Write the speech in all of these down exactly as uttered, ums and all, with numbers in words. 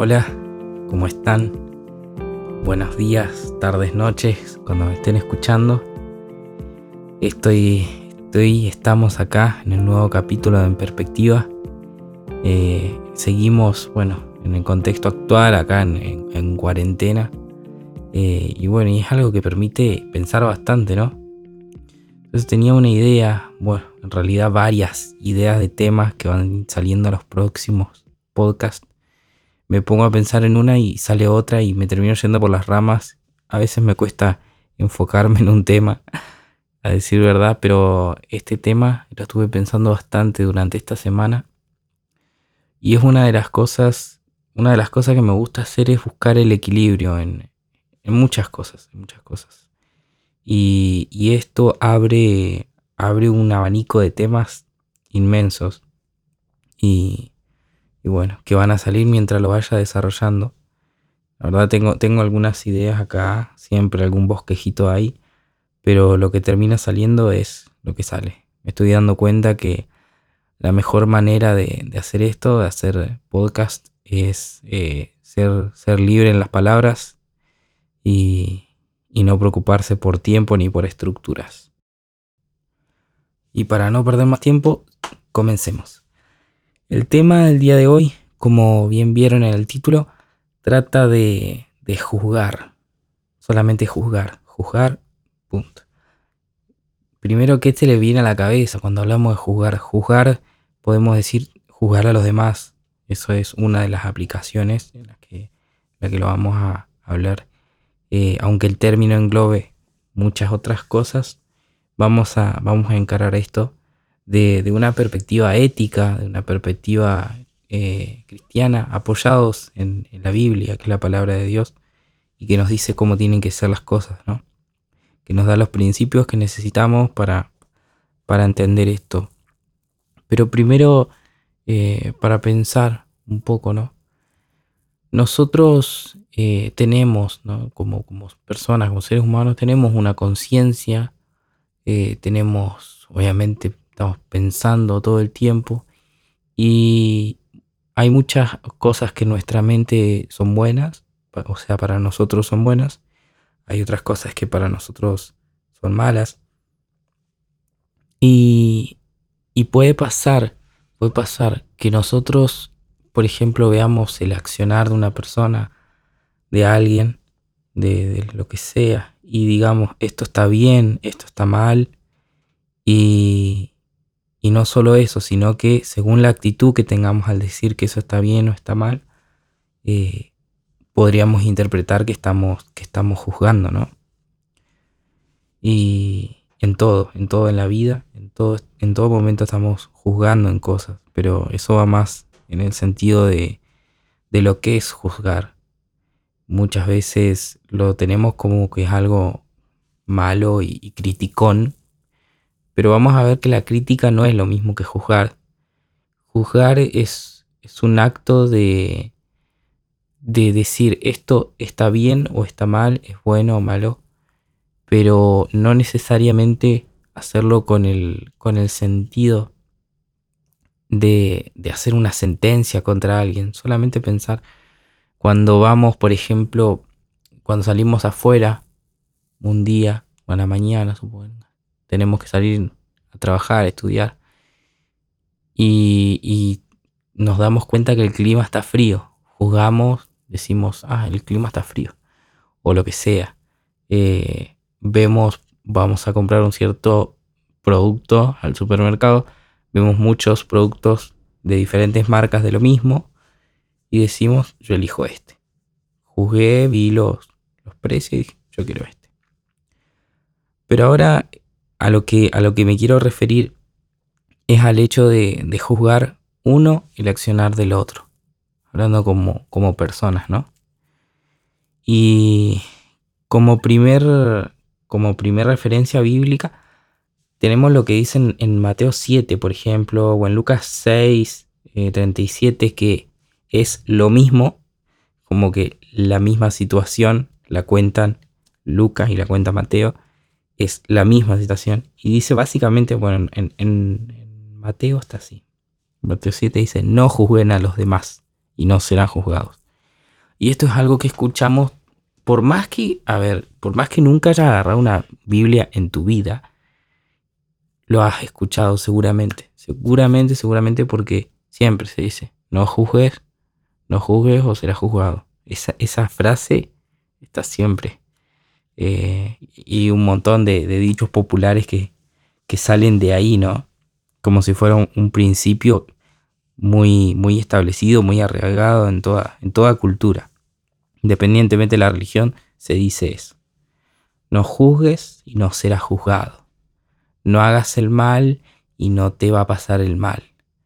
Hola, ¿cómo están? Buenos días, tardes, noches, cuando me estén escuchando. Estoy, estoy, estamos acá en el nuevo capítulo de En Perspectiva. Eh, seguimos, bueno, en el contexto actual, acá en, en, en cuarentena. Eh, y bueno, y es algo que permite pensar bastante, ¿no? Entonces tenía una idea, bueno, en realidad varias ideas de temas que van saliendo a los próximos podcasts. Me pongo a pensar en una y sale otra y me termino yendo por las ramas. A veces me cuesta enfocarme en un tema, a decir verdad, pero este tema lo estuve pensando bastante durante esta semana. Y es una de las cosas, una de las cosas que me gusta hacer es buscar el equilibrio en, en muchas cosas, en muchas cosas. Y, y esto abre, abre un abanico de temas inmensos. Y, y bueno, que van a salir mientras lo vaya desarrollando. La verdad tengo, tengo algunas ideas acá, siempre algún bosquejito ahí, pero lo que termina saliendo es lo que sale. Me estoy dando cuenta que la mejor manera de, de hacer esto, de hacer podcast, es eh, ser, ser libre en las palabras y, y no preocuparse por tiempo ni por estructuras. Y para no perder más tiempo, comencemos. El tema del día de hoy, como bien vieron en el título, trata de, de juzgar. Solamente juzgar. Juzgar, punto. Primero, ¿qué te le viene a la cabeza cuando hablamos de juzgar? Juzgar, podemos decir juzgar a los demás. Eso es una de las aplicaciones en la que, en la que lo vamos a hablar. Eh, aunque el término englobe muchas otras cosas, vamos a, vamos a encarar esto de, de una perspectiva ética, de una perspectiva eh, cristiana, apoyados en, en la Biblia, que es la palabra de Dios, y que nos dice cómo tienen que ser las cosas, ¿no? Que nos da los principios que necesitamos para, para entender esto. Pero primero, eh, para pensar un poco, ¿no? Nosotros eh, tenemos, ¿no? Como, como personas, como seres humanos, tenemos una conciencia, eh, tenemos, obviamente, estamos pensando todo el tiempo y hay muchas cosas que en nuestra mente son buenas, o sea, para nosotros son buenas. Hay otras cosas que para nosotros son malas. Y, y puede pasar, puede pasar que nosotros, por ejemplo, veamos el accionar de una persona, de alguien, de, de lo que sea, y digamos, esto está bien, esto está mal. Y, y no solo eso, sino que según la actitud que tengamos al decir que eso está bien o está mal, eh, podríamos interpretar que estamos, que estamos juzgando, ¿no? Y en todo, en todo en la vida, en todo, en todo momento estamos juzgando en cosas, pero eso va más en el sentido de, de lo que es juzgar. Muchas veces lo tenemos como que es algo malo y, y criticón, pero vamos a ver que la crítica no es lo mismo que juzgar. Juzgar es, es un acto de, de decir esto está bien o está mal, es bueno o malo, pero no necesariamente hacerlo con el, con el sentido de, de hacer una sentencia contra alguien. Solamente pensar cuando vamos, por ejemplo, cuando salimos afuera un día o a la mañana, supongo, tenemos que salir a trabajar, a estudiar y, y nos damos cuenta que el clima está frío. Juzgamos, decimos, ah, el clima está frío o lo que sea. Eh, vemos, vamos a comprar un cierto producto al supermercado, vemos muchos productos de diferentes marcas de lo mismo y decimos, yo elijo este. Juzgué, vi los, los precios y dije, yo quiero este. Pero ahora a lo que, a lo que me quiero referir es al hecho de, de juzgar uno y el accionar del otro, hablando como, como personas, ¿no? Y como primer, como primer referencia bíblica tenemos lo que dicen en Mateo siete, por ejemplo, o en Lucas seis, eh, treinta y siete, que es lo mismo, como que la misma situación la cuentan Lucas y la cuenta Mateo, es la misma situación. Y dice básicamente, bueno, en, en, en Mateo está así. Mateo siete dice, no juzguen a los demás y no serán juzgados. Y esto es algo que escuchamos, por más que, a ver, por más que nunca hayas agarrado una Biblia en tu vida, lo has escuchado seguramente. Seguramente, seguramente porque siempre se dice, no juzgues, no juzgues o serás juzgado. Esa, esa frase está siempre. Eh, y un montón de, de dichos populares que, que salen de ahí, ¿no? Como si fuera un, un principio muy, muy establecido, muy arraigado en toda, en toda cultura. Independientemente de la religión, se dice eso. No juzgues y no serás juzgado. No hagas el mal y no te va a pasar el mal.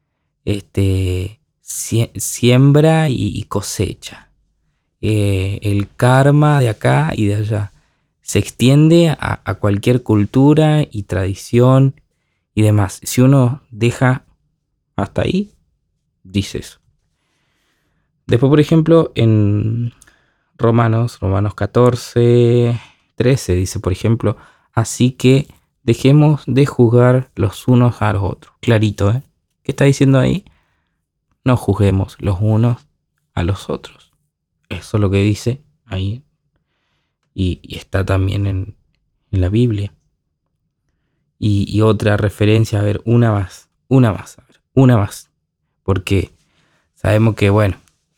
Este, sie- siembra y, y cosecha. Eh, el karma de acá y de allá se extiende a, a cualquier cultura y tradición y demás. Si uno deja hasta ahí, dice eso. Después, por ejemplo, en Romanos, Romanos catorce, trece, dice, por ejemplo, así que dejemos de juzgar los unos a los otros. Clarito, ¿eh? ¿Qué está diciendo ahí? No juzguemos los unos a los otros. Eso es lo que dice ahí. Y, y está también en, en la Biblia. Y, y otra referencia, a ver, una más, una más, a ver, una más. Porque sabemos que, bueno,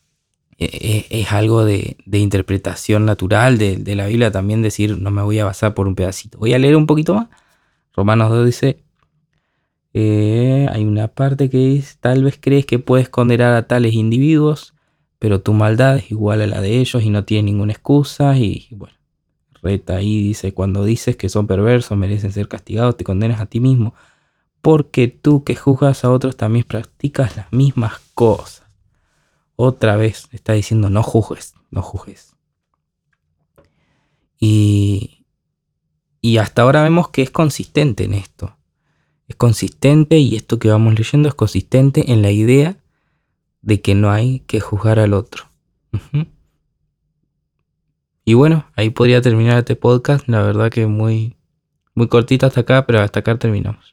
e- e- es algo de, de interpretación natural de, de la Biblia también decir, no me voy a basar por un pedacito. Voy a leer un poquito más. Romanos dos dice, eh, hay una parte que dice, tal vez crees que puedes condenar a tales individuos, pero tu maldad es igual a la de ellos y no tienes ninguna excusa. Y bueno, reta ahí dice, cuando dices que son perversos, merecen ser castigados, te condenas a ti mismo, porque tú que juzgas a otros también practicas las mismas cosas. Otra vez está diciendo, no juzgues, no juzgues. Y, y hasta ahora vemos que es consistente en esto. Es consistente y esto que vamos leyendo es consistente en la idea de que no hay que juzgar al otro. Uh-huh. Y bueno, ahí podría terminar este podcast. La verdad que muy, muy cortito hasta acá, pero hasta acá terminamos.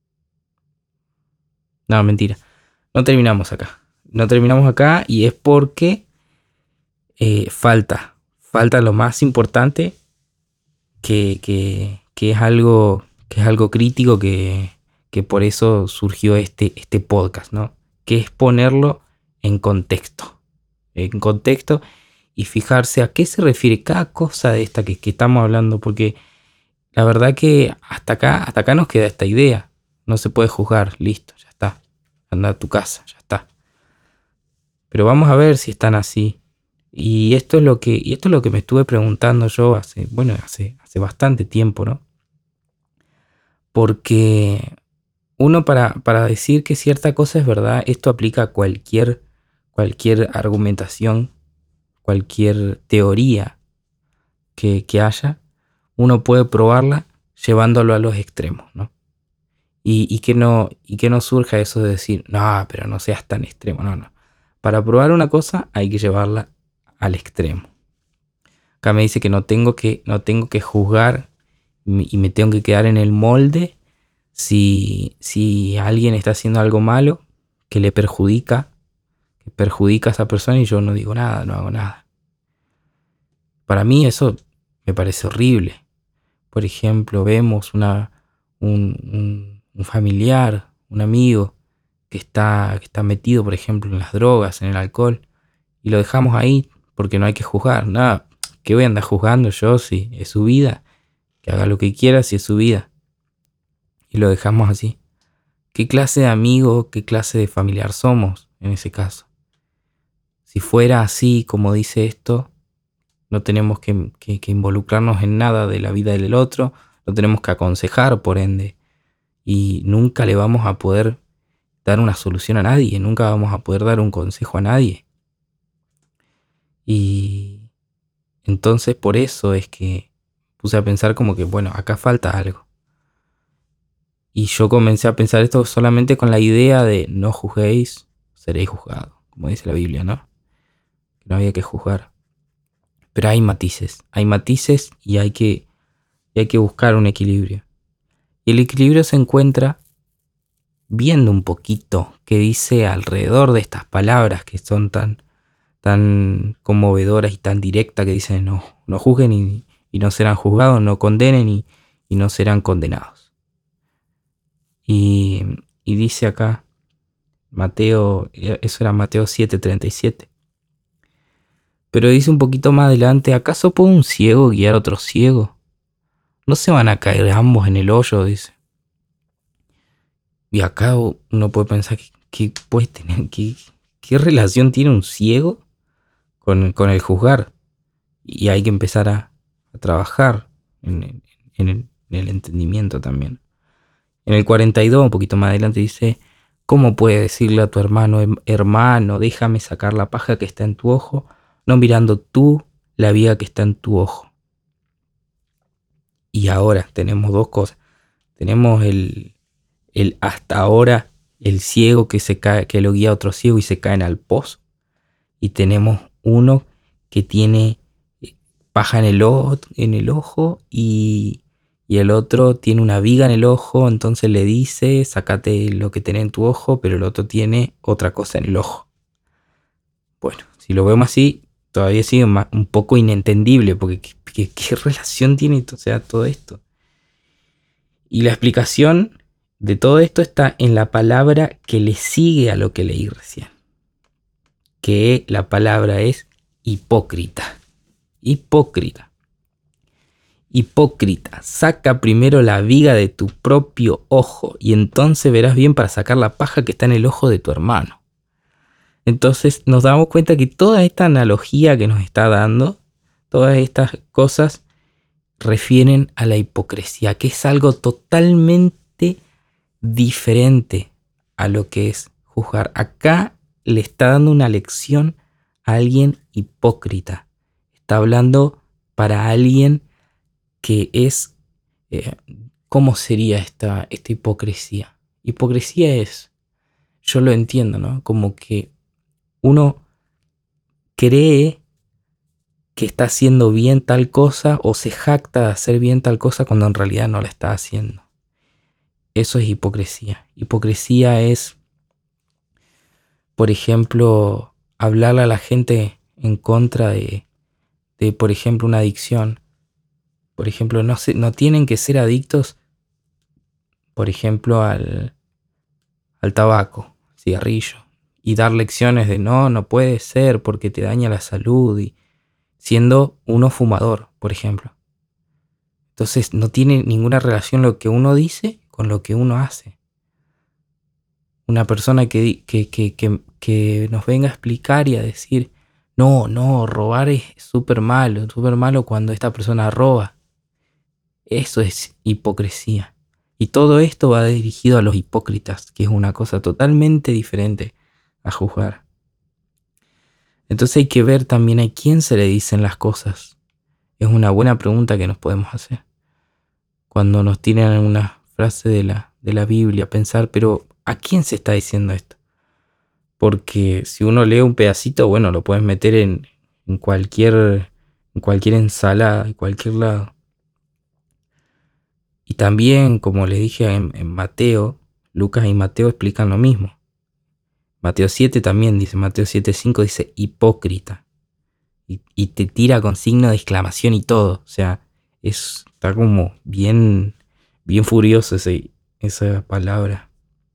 No, mentira. No terminamos acá. No terminamos acá y es porque eh, falta. Falta lo más importante que, que, que es algo que es algo crítico que, que por eso surgió este, este podcast, ¿no? Que es ponerlo en contexto. En contexto y fijarse a qué se refiere cada cosa de esta que, que estamos hablando, porque la verdad que hasta acá, hasta acá nos queda esta idea. No se puede juzgar, listo, ya está. Anda a tu casa, ya está. Pero vamos a ver si están así. Y esto es lo que, y esto es lo que me estuve preguntando yo hace, bueno, hace, hace bastante tiempo, ¿no? Porque uno para, para decir que cierta cosa es verdad, esto aplica a cualquier, cualquier argumentación, cualquier teoría que, que haya, uno puede probarla llevándolo a los extremos, ¿no? Y, y, que no, y que no surja eso de decir, no, pero no seas tan extremo, no, no. Para probar una cosa hay que llevarla al extremo. Acá me dice que no tengo que, no tengo que juzgar y me tengo que quedar en el molde si, si alguien está haciendo algo malo que le perjudica, que perjudica a esa persona y yo no digo nada, no hago nada. Para mí eso me parece horrible. Por ejemplo, vemos una, un, un, un familiar, un amigo que está, que está metido, por ejemplo, en las drogas, en el alcohol, y lo dejamos ahí porque no hay que juzgar. Nada, ¿qué voy a andar juzgando yo si es su vida? Que haga lo que quiera si es su vida. Y lo dejamos así. ¿Qué clase de amigo, qué clase de familiar somos en ese caso? Si fuera así como dice esto, no tenemos que, que, que involucrarnos en nada de la vida del otro, no tenemos que aconsejar, por ende, y nunca le vamos a poder dar una solución a nadie, nunca vamos a poder dar un consejo a nadie. Y entonces por eso es que puse a pensar como que, bueno, acá falta algo. Y yo comencé a pensar esto solamente con la idea de no juzguéis, seréis juzgados, como dice la Biblia, ¿no? Que no había que juzgar. Pero hay matices, hay matices y hay que, y hay que buscar un equilibrio. Y el equilibrio se encuentra viendo un poquito qué dice alrededor de estas palabras que son tan, tan conmovedoras y tan directas que dicen no, no juzguen y, y no serán juzgados, no condenen y, y no serán condenados. Y, y dice acá, Mateo, eso era Mateo siete treinta y siete. Pero dice un poquito más adelante, ¿acaso puede un ciego guiar a otro ciego? ¿No se van a caer ambos en el hoyo? Dice. Y acá uno puede pensar, ¿qué puede tener? ¿Qué, qué relación tiene un ciego con, con el juzgar? Y hay que empezar a, a trabajar en, en, el, en el entendimiento también. En el cuarenta y dos, un poquito más adelante, dice, ¿cómo puedes decirle a tu hermano, hermano, déjame sacar la paja que está en tu ojo, no mirando tú la viga que está en tu ojo? Y ahora tenemos dos cosas. Tenemos el, el hasta ahora, el ciego que, se cae, que lo guía a otro ciego y se caen al pozo. Y tenemos uno que tiene paja en el ojo, en el ojo y, y el otro tiene una viga en el ojo, entonces le dice, sácate lo que tenés en tu ojo, pero el otro tiene otra cosa en el ojo. Bueno, si lo vemos así, todavía sigue más, un poco inentendible, porque ¿qué, qué, qué relación tiene o sea, todo esto? Y la explicación de todo esto está en la palabra que le sigue a lo que leí recién, que la palabra es hipócrita. Hipócrita. Hipócrita, saca primero la viga de tu propio ojo y entonces verás bien para sacar la paja que está en el ojo de tu hermano. Entonces nos damos cuenta que toda esta analogía que nos está dando, todas estas cosas refieren a la hipocresía, que es algo totalmente diferente a lo que es juzgar. Acá le está dando una lección a alguien hipócrita. Está hablando para alguien que es, eh, ¿cómo sería esta, esta hipocresía? Hipocresía es, yo lo entiendo, ¿no? Como que uno cree que está haciendo bien tal cosa o se jacta de hacer bien tal cosa cuando en realidad no la está haciendo. Eso es hipocresía. Hipocresía es, por ejemplo, hablarle a la gente en contra de, de por ejemplo, una adicción. Por ejemplo, no, se, no tienen que ser adictos, por ejemplo, al, al tabaco, cigarrillo, y dar lecciones de no, no puede ser porque te daña la salud, y siendo uno fumador, por ejemplo. Entonces no tiene ninguna relación lo que uno dice con lo que uno hace. Una persona que, que, que, que, que nos venga a explicar y a decir, no, no, robar es súper malo, súper malo cuando esta persona roba. Eso es hipocresía. Y todo esto va dirigido a los hipócritas, que es una cosa totalmente diferente a juzgar. Entonces hay que ver también a quién se le dicen las cosas. Es una buena pregunta que nos podemos hacer. Cuando nos tiran una frase de la, de la Biblia, pensar, pero ¿a quién se está diciendo esto? Porque si uno lee un pedacito, bueno, lo puedes meter en, en, cualquier, en cualquier ensalada, en cualquier lado. Y también, como les dije en, en Mateo, Lucas y Mateo explican lo mismo. Mateo siete también dice, Mateo siete cinco dice hipócrita. Y, y te tira con signo de exclamación y todo. O sea, es, está como bien, bien furioso ese, esa palabra.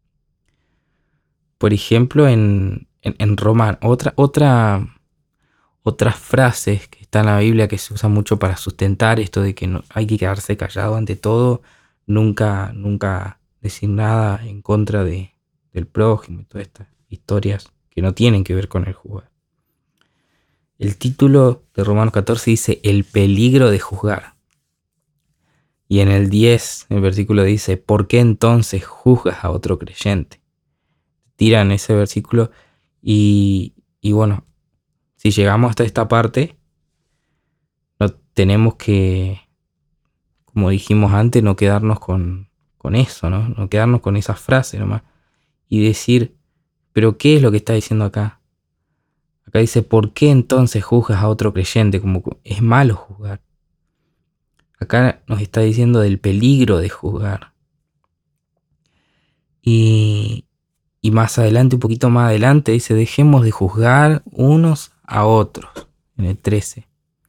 Por ejemplo, en, en, en Romano, otra, otra, otras frases que están en la Biblia que se usan mucho para sustentar esto de que no, hay que quedarse callado ante todo, nunca, nunca decir nada en contra de, del prójimo y todas estas historias que no tienen que ver con el juzgar. El título de Romanos catorce dice el peligro de juzgar. Y en el diez, el versículo dice, ¿por qué entonces juzgas a otro creyente? Tiran ese versículo y, y bueno, si llegamos hasta esta parte, no tenemos que, como dijimos antes, no quedarnos con, con eso, ¿no? No quedarnos con esas frases nomás. Y decir, ¿pero qué es lo que está diciendo acá? Acá dice, ¿por qué entonces juzgas a otro creyente? Como es malo juzgar. Acá nos está diciendo del peligro de juzgar. Y, Y más adelante, un poquito más adelante, dice, dejemos de juzgar unos a otros, en el trece.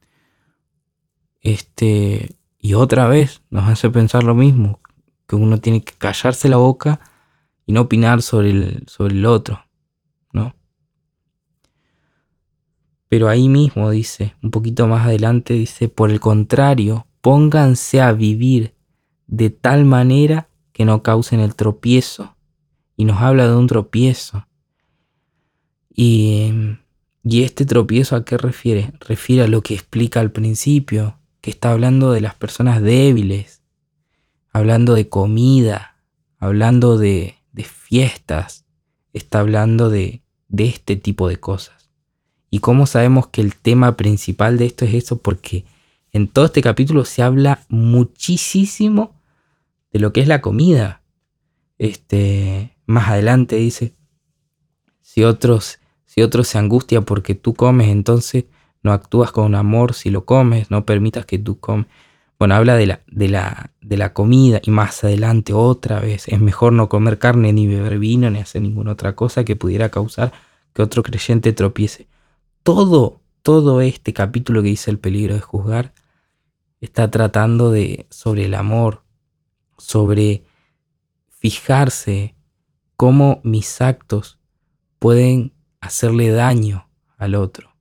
Este, y otra vez nos hace pensar lo mismo, que uno tiene que callarse la boca y no opinar sobre el, sobre el otro, ¿no? Pero ahí mismo dice, un poquito más adelante, dice, por el contrario, pónganse a vivir de tal manera que no causen el tropiezo. Y nos habla de un tropiezo. Y, y este tropiezo, ¿a qué refiere? Refiere a lo que explica al principio, que está hablando de las personas débiles, hablando de comida, hablando de, de fiestas, está hablando de, de este tipo de cosas. ¿Y cómo sabemos que el tema principal de esto es eso? Porque en todo este capítulo se habla muchísimo de lo que es la comida. Este, más adelante dice, si otros, si otros se angustian porque tú comes, entonces no actúas con amor si lo comes, no permitas que tú comes. Bueno, habla de la, de la, de la comida, y más adelante otra vez, es mejor no comer carne, ni beber vino, ni hacer ninguna otra cosa que pudiera causar que otro creyente tropiece. Todo, todo este capítulo que dice el peligro de juzgar está tratando de, sobre el amor, sobre fijarse cómo mis actos pueden hacerle daño al otro.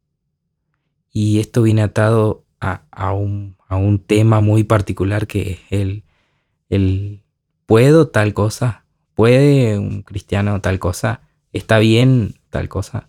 Y esto viene atado a, a, un, a un tema muy particular, que es el, el ¿puedo tal cosa? ¿Puede un cristiano tal cosa? ¿Está bien tal cosa?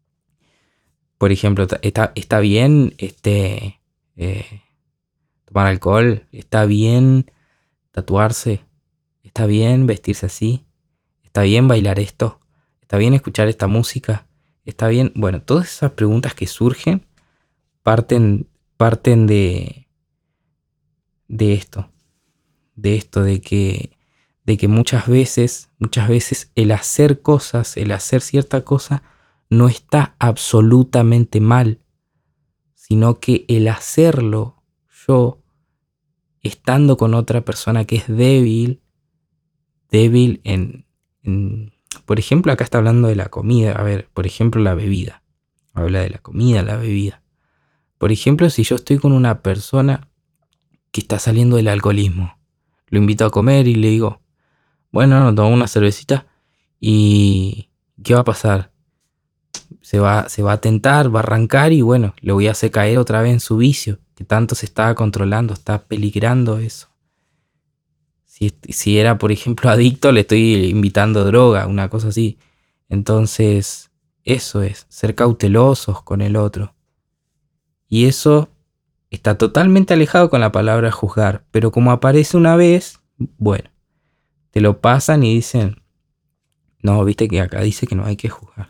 Por ejemplo, está, está bien este, eh, tomar alcohol, está bien tatuarse, está bien vestirse así, está bien bailar esto, está bien escuchar esta música, está bien. Bueno, todas esas preguntas que surgen parten, parten de, de esto, de esto, de que, de que muchas veces, muchas veces el hacer cosas, el hacer cierta cosa, no está absolutamente mal, sino que el hacerlo yo, estando con otra persona que es débil, débil en, en, por ejemplo, acá está hablando de la comida, a ver, por ejemplo, la bebida, habla de la comida, la bebida. Por ejemplo, si yo estoy con una persona que está saliendo del alcoholismo, lo invito a comer y le digo, bueno, nos tomamos una cervecita, y ¿qué va a pasar? Se va, se va a tentar, va a arrancar, y bueno, le voy a hacer caer otra vez en su vicio, que tanto se estaba controlando, está peligrando eso. Si, si era, por ejemplo, adicto, le estoy invitando droga, una cosa así. Entonces, eso es, ser cautelosos con el otro. Y eso está totalmente alejado con la palabra juzgar, pero como aparece una vez, bueno, te lo pasan y dicen, no, viste que acá dice que no hay que juzgar.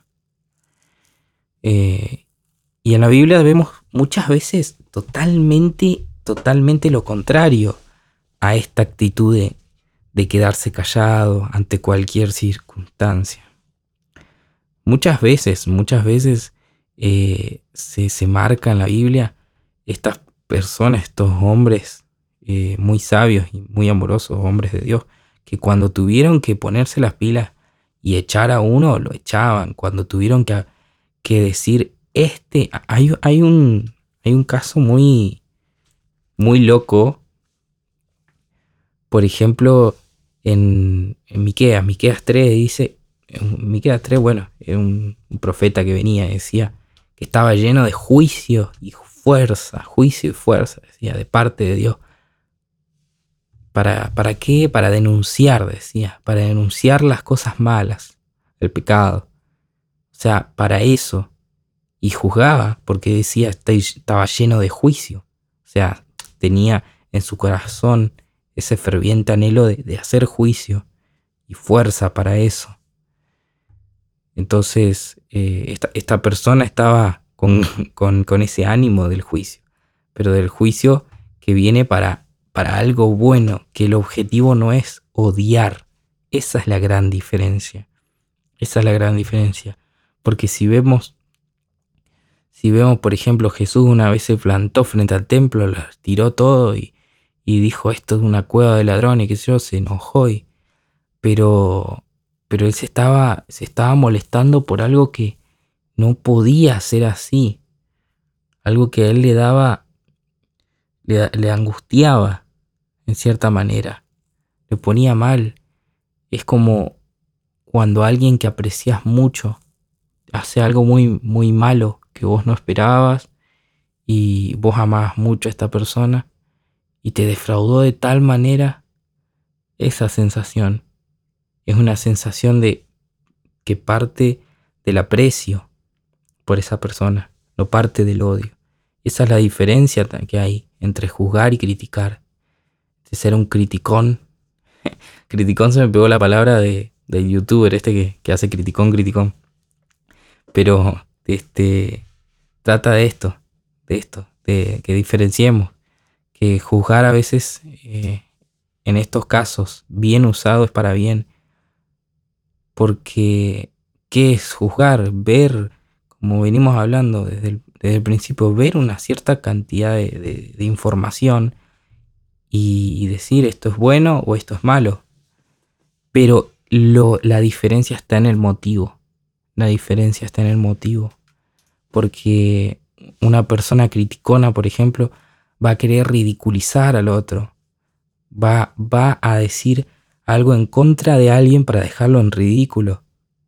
Eh, y en la Biblia vemos muchas veces totalmente, totalmente lo contrario a esta actitud de, de quedarse callado ante cualquier circunstancia. Muchas veces, muchas veces eh, se, se marca en la Biblia estas personas, estos hombres eh, muy sabios y muy amorosos, hombres de Dios, que cuando tuvieron que ponerse las pilas y echar a uno, lo echaban. Cuando tuvieron que, que decir, este, hay, hay, un, hay un caso muy, muy loco. Por ejemplo, en, en Miqueas, Miqueas tres dice, en Miqueas tres, bueno, era un, un profeta que venía y decía que estaba lleno de juicio y fuerza, juicio y fuerza, decía, de parte de Dios. ¿Para, ¿Para qué? Para denunciar, decía, para denunciar las cosas malas, el pecado. O sea, para eso. Y juzgaba, porque decía, estaba lleno de juicio. O sea, tenía en su corazón ese ferviente anhelo de, de hacer juicio y fuerza para eso. Entonces, eh, esta, esta persona estaba con, con, con ese ánimo del juicio, pero del juicio que viene para, para algo bueno, que el objetivo no es odiar. Esa es la gran diferencia. Esa es la gran diferencia. Porque si vemos, si vemos, por ejemplo, Jesús una vez se plantó frente al templo, lo tiró todo y, y dijo, esto es una cueva de ladrones, que yo, se enojó. Y, pero, pero él se estaba, se estaba molestando por algo que no podía ser así, algo que a él le daba, le, le angustiaba en cierta manera, le ponía mal. Es como cuando alguien que aprecias mucho hace algo muy, muy malo que vos no esperabas y vos amabas mucho a esta persona y te defraudó de tal manera. Esa sensación es una sensación de que parte del aprecio por esa persona, no parte del odio. Esa es la diferencia que hay entre juzgar y criticar. De ser un criticón. Criticón, se me pegó la palabra de, del youtuber este que, que hace criticón, criticón. Pero este trata de esto, de esto, de que diferenciemos, que juzgar a veces, eh, en estos casos, bien usado es para bien, porque ¿qué es juzgar? Ver, como venimos hablando desde el, desde el principio, ver una cierta cantidad de, de, de información y, y decir esto es bueno o esto es malo, pero lo, la diferencia está en el motivo, la diferencia está en el motivo. Porque una persona criticona, por ejemplo, va a querer ridiculizar al otro. Va, va a decir algo en contra de alguien para dejarlo en ridículo.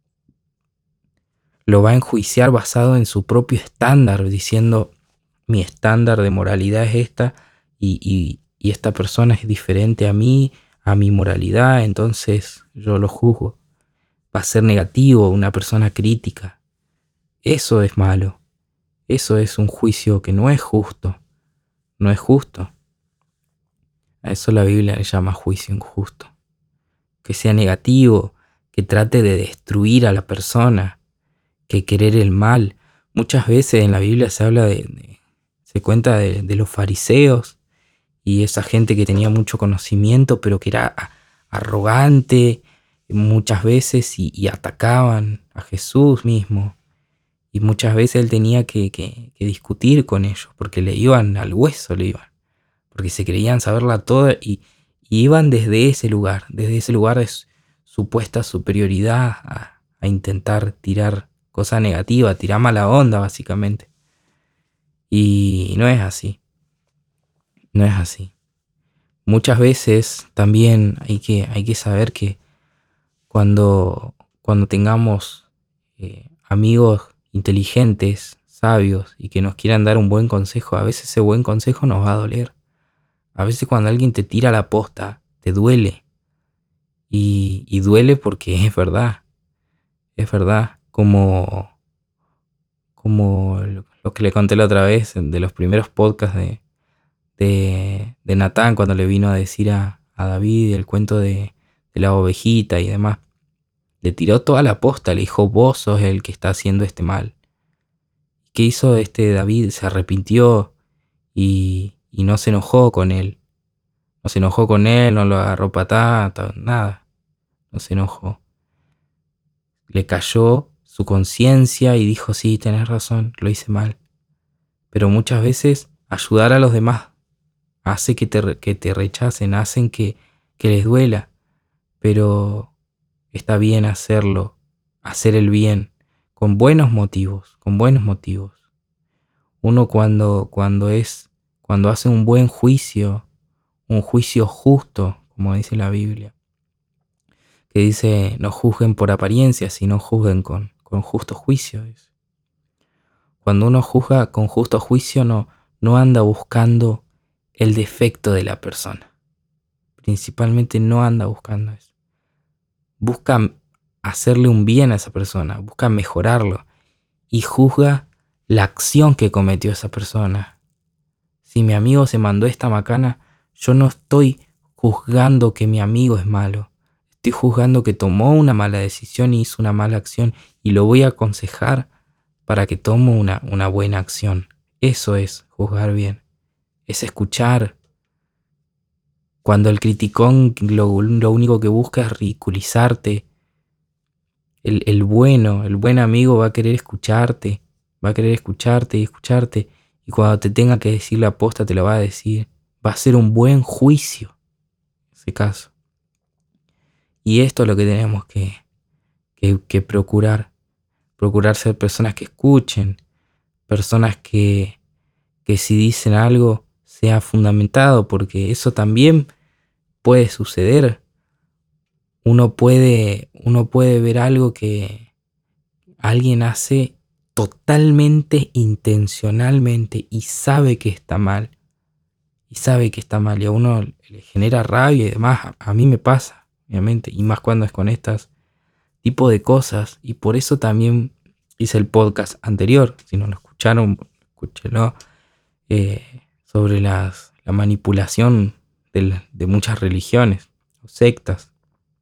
Lo va a enjuiciar basado en su propio estándar, diciendo mi estándar de moralidad es esta y, y, y esta persona es diferente a mí, a mi moralidad, entonces yo lo juzgo. Va a ser negativo, una persona crítica. Eso es malo. Eso es un juicio que no es justo, no es justo. A eso la Biblia le llama juicio injusto. Que sea negativo, que trate de destruir a la persona, que querer el mal. Muchas veces en la Biblia se habla de, de se cuenta de, de los fariseos y esa gente que tenía mucho conocimiento, pero que era arrogante muchas veces y, y atacaban a Jesús mismo. Y muchas veces él tenía que, que, que discutir con ellos, porque le iban al hueso, le iban. Porque se creían saberla toda y, y iban desde ese lugar, desde ese lugar de supuesta superioridad a, a intentar tirar cosas negativas, tirar mala onda básicamente. Y no es así, no es así. Muchas veces también hay que, hay que saber que cuando, cuando tengamos eh, amigos inteligentes, sabios y que nos quieran dar un buen consejo, a veces ese buen consejo nos va a doler. A veces cuando alguien te tira la posta, te duele. Y, y duele porque es verdad, es verdad. Como, como lo que le conté la otra vez de los primeros podcasts de, de, de Natán, cuando le vino a decir a, a David el cuento de, de la ovejita y demás. Le tiró toda la posta, le dijo, vos sos el que está haciendo este mal. ¿Qué hizo este David? Se arrepintió y, y no se enojó con él. No se enojó con él, no lo agarró patada, nada. No se enojó. Le cayó su conciencia y dijo, sí, tenés razón, lo hice mal. Pero muchas veces ayudar a los demás hace que te, que te rechacen, hacen que, que les duela. Pero está bien hacerlo, hacer el bien, con buenos motivos, con buenos motivos. Uno cuando, cuando es, cuando hace un buen juicio, un juicio justo, como dice la Biblia, que dice, no juzguen por apariencia, sino juzguen con, con justo juicio. Cuando uno juzga con justo juicio, no, no anda buscando el defecto de la persona. Principalmente no anda buscando eso. Busca hacerle un bien a esa persona, busca mejorarlo y juzga la acción que cometió esa persona. Si mi amigo se mandó esta macana, yo no estoy juzgando que mi amigo es malo. Estoy juzgando que tomó una mala decisión y hizo una mala acción y lo voy a aconsejar para que tome una, una buena acción. Eso es juzgar bien. Es escuchar. Cuando el criticón lo, lo único que busca es ridiculizarte, el, el bueno, el buen amigo va a querer escucharte, va a querer escucharte y escucharte, y cuando te tenga que decir la posta te lo va a decir. Va a ser un buen juicio, en ese caso. Y esto es lo que tenemos que, que, que procurar. Procurar ser personas que escuchen, personas que, que si dicen algo sea fundamentado, porque eso también puede suceder. Uno puede, uno puede ver algo que alguien hace totalmente intencionalmente y sabe que está mal. Y sabe que está mal y a uno le genera rabia y demás. A, a mí me pasa, obviamente, y más cuando es con estas tipo de cosas. Y por eso también hice el podcast anterior. Si no lo escucharon, escúchenlo. Eh, sobre las, la manipulación de, de muchas religiones o sectas.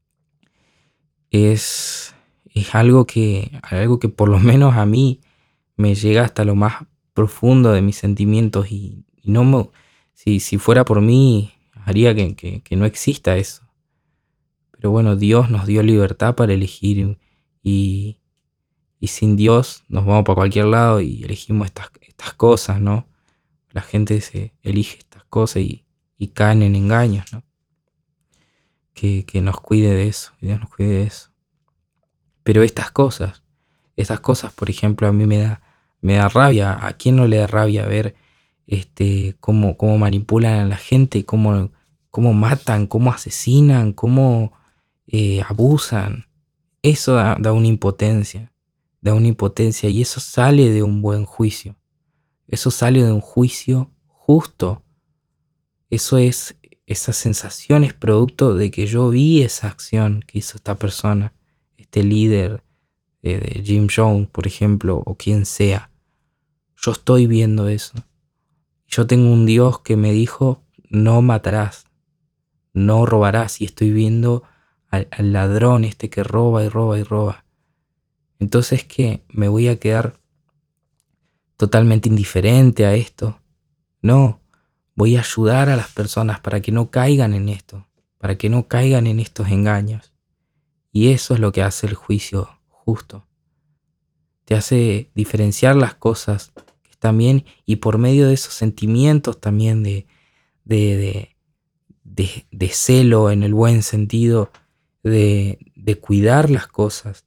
Es, es algo que, algo que por lo menos a mí me llega hasta lo más profundo de mis sentimientos y, y no me, si, si fuera por mí haría que, que, que no exista eso. Pero bueno, Dios nos dio libertad para elegir y, y sin Dios nos vamos para cualquier lado y elegimos estas, estas cosas, ¿no? La gente se elige estas cosas y, y caen en engaños, ¿no? Que, que nos cuide de eso, que Dios nos cuide de eso. Pero estas cosas, estas cosas, por ejemplo, a mí me da, me da rabia. ¿A quién no le da rabia ver este, cómo, cómo manipulan a la gente, cómo, cómo matan, cómo asesinan, cómo eh, abusan? Eso da, da una impotencia, da una impotencia y eso sale de un buen juicio. Eso sale de un juicio justo. Eso es, esa sensación es producto de que yo vi esa acción que hizo esta persona, este líder de, de Jim Jones, por ejemplo, o quien sea. Yo estoy viendo eso. Yo tengo un Dios que me dijo, no matarás, no robarás, y estoy viendo al, al ladrón este que roba y roba y roba. Entonces, ¿qué? ¿Me voy a quedar totalmente indiferente a esto? No, voy a ayudar a las personas para que no caigan en esto, para que no caigan en estos engaños. Y eso es lo que hace el juicio justo. Te hace diferenciar las cosas que están bien y por medio de esos sentimientos también de, de, de, de, de celo en el buen sentido, de, de cuidar las cosas,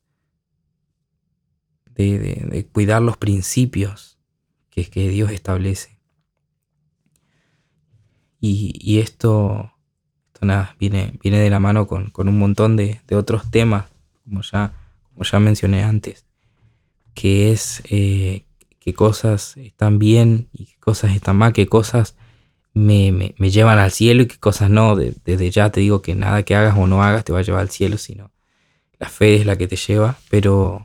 de, de, de cuidar los principios que, que Dios establece. Y, y esto, esto nada, viene, viene de la mano con, con un montón de, de otros temas, como ya, como ya mencioné antes, que es eh, qué cosas están bien y qué cosas están mal, qué cosas me, me, me llevan al cielo y qué cosas no. De, desde ya te digo que nada que hagas o no hagas te va a llevar al cielo, sino la fe es la que te lleva, pero...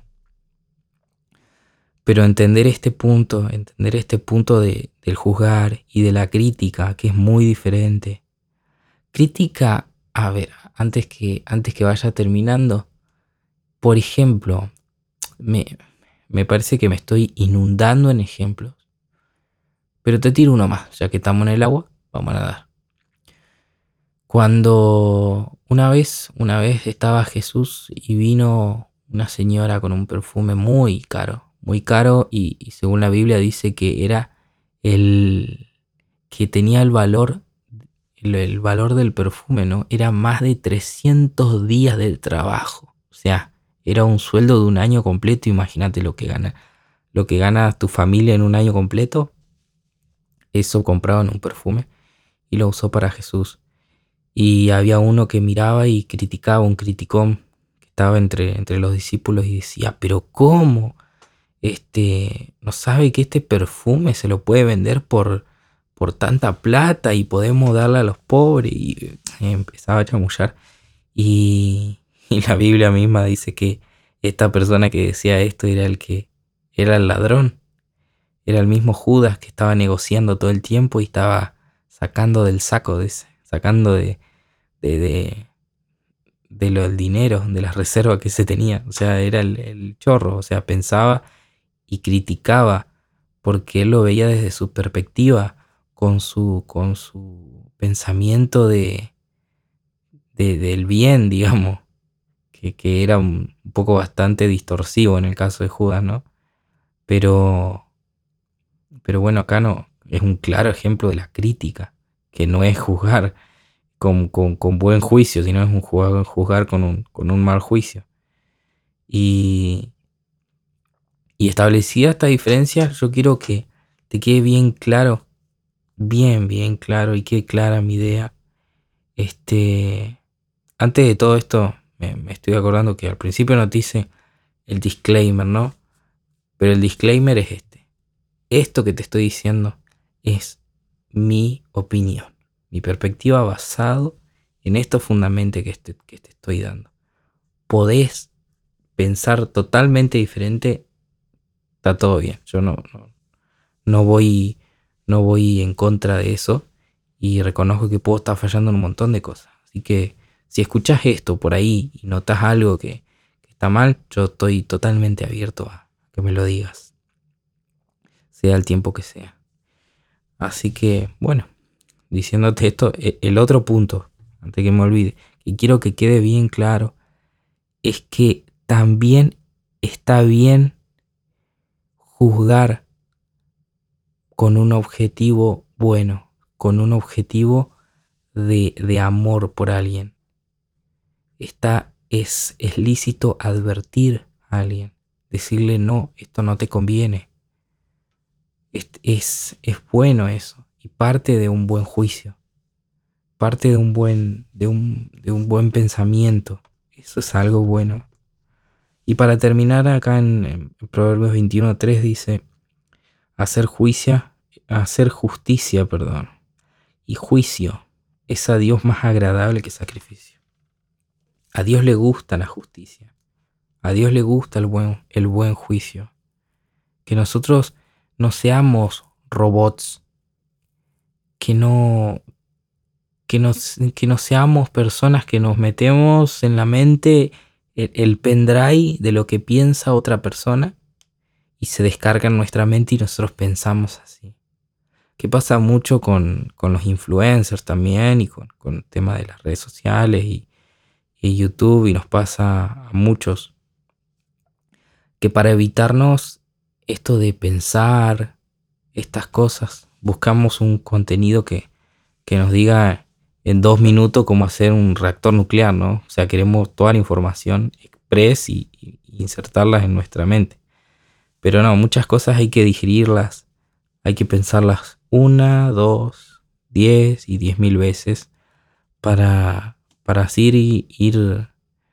Pero entender este punto, entender este punto de, del juzgar y de la crítica, que es muy diferente. Crítica, a ver, antes que, antes que vaya terminando, por ejemplo, me, me parece que me estoy inundando en ejemplos, pero te tiro uno más, ya que estamos en el agua, vamos a nadar. Cuando una vez, una vez estaba Jesús y vino una señora con un perfume muy caro, muy caro y, y según la Biblia dice que era el que tenía el valor, el, el valor del perfume, ¿no? Era más de trescientos días de trabajo. O sea, era un sueldo de un año completo. Imagínate lo que gana, lo que gana tu familia en un año completo. Eso compraba en un perfume y lo usó para Jesús. Y había uno que miraba y criticaba, un criticón que estaba entre, entre los discípulos y decía, pero ¿cómo? Este, ¿no sabe que este perfume se lo puede vender por, por tanta plata y podemos darle a los pobres? Y, y empezaba a chamullar. Y, y la Biblia misma dice que esta persona que decía esto era el que era el ladrón. Era el mismo Judas que estaba negociando todo el tiempo y estaba sacando del saco, de ese, sacando de, de, de, de lo del dinero, de las reservas que se tenía. O sea, era el, el chorro. O sea, pensaba y criticaba porque él lo veía desde su perspectiva, con su, con su pensamiento de, de, del bien, digamos, que, que era un, un poco bastante distorsivo en el caso de Judas, ¿no? Pero, pero bueno, acá no, es un claro ejemplo de la crítica, que no es juzgar con, con, con buen juicio, sino es un juzgar, juzgar con, un, con un mal juicio. Y, y establecida esta diferencia, yo quiero que te quede bien claro, bien, bien claro y quede clara mi idea. Este, antes de todo esto, me, me estoy acordando que al principio no te hice el disclaimer, ¿no? Pero el disclaimer es este. Esto que te estoy diciendo es mi opinión, mi perspectiva basado en estos fundamentos que te, que te estoy dando. Podés pensar totalmente diferente, está todo bien. Yo no, no, no voy, no voy en contra de eso y reconozco que puedo estar fallando en un montón de cosas. Así que si escuchás esto por ahí y notas algo que, que está mal, yo estoy totalmente abierto a que me lo digas, sea el tiempo que sea. Así que, bueno, diciéndote esto, el otro punto, antes que me olvide, y quiero que quede bien claro, es que también está bien juzgar con un objetivo bueno, con un objetivo de, de amor por alguien. Está, es, es lícito advertir a alguien, decirle no, esto no te conviene. Es, es, es bueno eso y parte de un buen juicio, parte de un buen, de un, de un buen pensamiento. Eso es algo bueno. Y para terminar acá en, en Proverbios veintiuno tres dice, hacer juicio, hacer justicia, perdón, y juicio es a Dios más agradable que sacrificio. A Dios le gusta la justicia. A Dios le gusta el buen, el buen juicio. Que nosotros no seamos robots. Que no, que no, que no seamos personas que nos metemos en la mente el, el pendrive de lo que piensa otra persona y se descarga en nuestra mente y nosotros pensamos así. Que pasa mucho con, con los influencers también y con, con el tema de las redes sociales y, y YouTube, y nos pasa a muchos que para evitarnos esto de pensar estas cosas buscamos un contenido que, que nos diga en dos minutos cómo hacer un reactor nuclear, ¿no? O sea, queremos toda la información express y, y insertarlas en nuestra mente. Pero no, muchas cosas hay que digerirlas, hay que pensarlas una, dos, diez y diez mil veces para, para así ir, ir,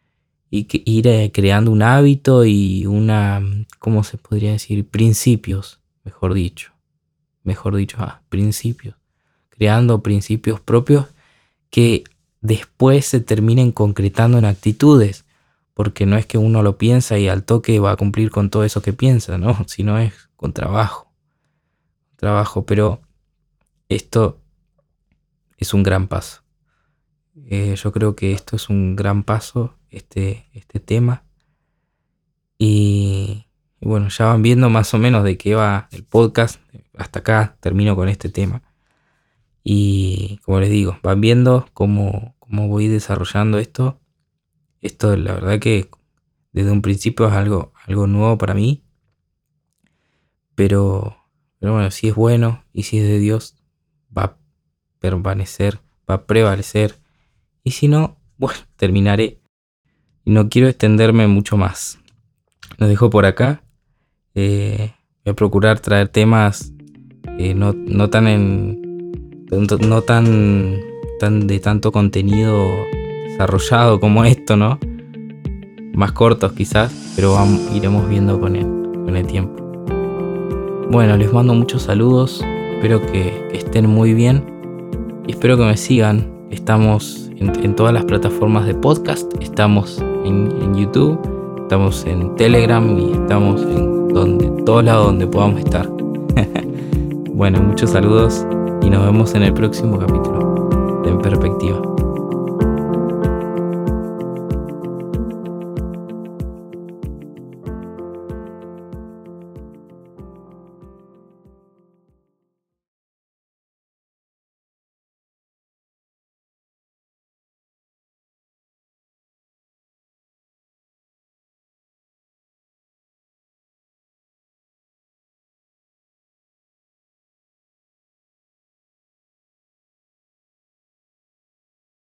ir creando un hábito y una, ¿cómo se podría decir? Principios, mejor dicho. Mejor dicho, ah, principios. Creando principios propios que después se terminen concretando en actitudes. Porque no es que uno lo piensa y al toque va a cumplir con todo eso que piensa, ¿no? Sino es con trabajo. Trabajo, pero esto es un gran paso. Eh, yo creo que esto es un gran paso, este, este tema. Y, y bueno, ya van viendo más o menos de qué va el podcast. Hasta acá termino con este tema. Y como les digo, van viendo cómo, cómo voy desarrollando esto. Esto la verdad que desde un principio es algo, algo nuevo para mí. Pero, pero bueno, si es bueno y si es de Dios, va a permanecer, va a prevalecer. Y si no, bueno, terminaré. Y no quiero extenderme mucho más. Los dejo por acá. Eh, voy a procurar traer temas eh, no, no tan en, no tan, tan de tanto contenido desarrollado como esto, ¿no? Más cortos quizás, pero vamos, iremos viendo con el, con el tiempo. Bueno, les mando muchos saludos, espero que, que estén muy bien y espero que me sigan. Estamos en, en todas las plataformas de podcast, estamos en, en YouTube, estamos en Telegram y estamos en donde, todos lados donde podamos estar. Bueno, muchos saludos y nos vemos en el próximo capítulo de En Perspectiva.